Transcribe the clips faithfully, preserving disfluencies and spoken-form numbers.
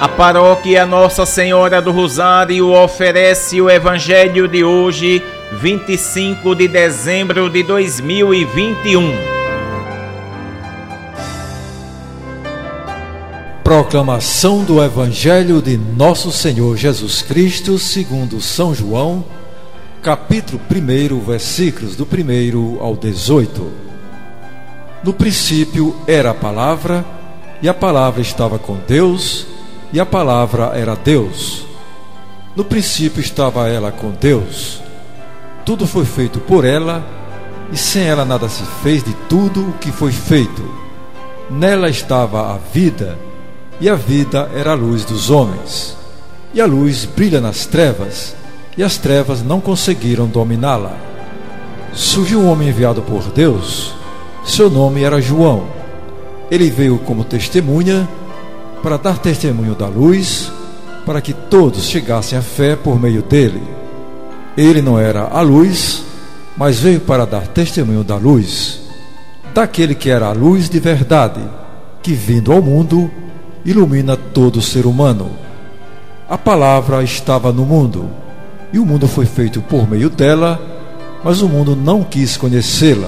A paróquia Nossa Senhora do Rosário oferece o Evangelho de hoje, vinte e cinco de dezembro de dois mil e vinte e um. Proclamação do Evangelho de Nosso Senhor Jesus Cristo segundo São João, capítulo primeiro, versículos do primeiro ao dezoito. No princípio era a palavra, e a palavra estava com Deus, e a palavra era Deus. No princípio estava ela com Deus. Tudo foi feito por ela, e sem ela nada se fez de tudo o que foi feito. Nela estava a vida, e a vida era a luz dos homens. E a luz brilha nas trevas, e as trevas não conseguiram dominá-la. Surgiu um homem enviado por Deus. Seu nome era João. Ele veio como testemunha, para dar testemunho da luz, para que todos chegassem à fé por meio dele. Ele não era a luz, mas veio para dar testemunho da luz, daquele que era a luz de verdade, que vindo ao mundo, ilumina todo ser humano. A palavra estava no mundo, e o mundo foi feito por meio dela, mas o mundo não quis conhecê-la.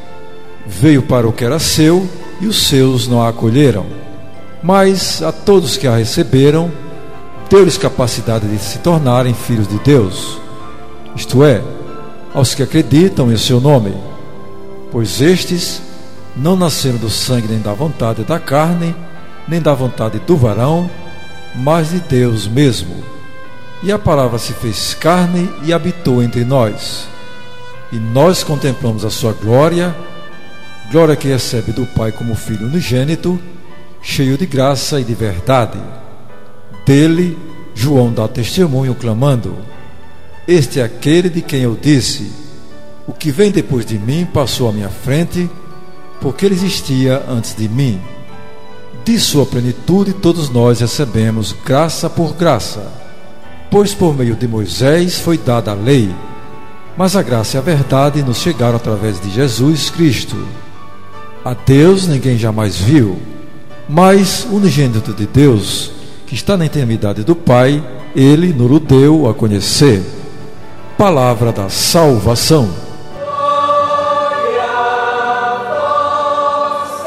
Veio para o que era seu, e os seus não a acolheram. Mas a todos que a receberam, deu-lhes capacidade de se tornarem filhos de Deus, isto é, aos que acreditam em seu nome, pois estes não nasceram do sangue nem da vontade da carne, nem da vontade do varão, mas de Deus mesmo. E a palavra se fez carne e habitou entre nós, e nós contemplamos a sua glória, glória que recebe do Pai como Filho unigênito, cheio de graça e de verdade. Dele, João dá testemunho clamando: este é aquele de quem eu disse, o que vem depois de mim passou à minha frente, porque ele existia antes de mim. De sua plenitude todos nós recebemos graça por graça, pois por meio de Moisés foi dada a lei, mas a graça e a verdade nos chegaram através de Jesus Cristo. A Deus ninguém jamais viu, mas o unigênito de Deus, que está na intimidade do Pai, ele nos deu a conhecer. Palavra da salvação. Glória a vós,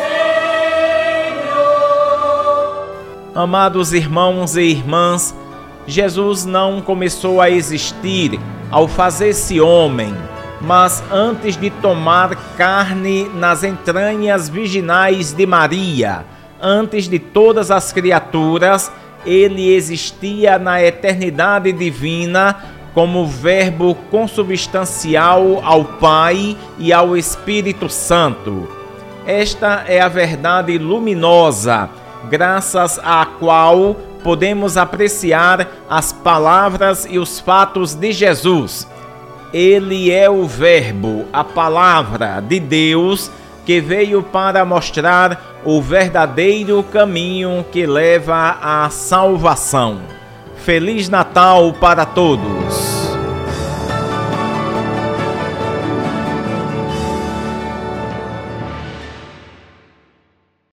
Senhor. Amados irmãos e irmãs, Jesus não começou a existir ao fazer-se homem, mas antes de tomar carne nas entranhas virginais de Maria, antes de todas as criaturas, ele existia na eternidade divina como Verbo consubstancial ao Pai e ao Espírito Santo. Esta é a verdade luminosa, graças à qual podemos apreciar as palavras e os fatos de Jesus. Ele é o Verbo, a palavra de Deus, que veio para mostrar o verdadeiro caminho que leva à salvação. Feliz Natal para todos!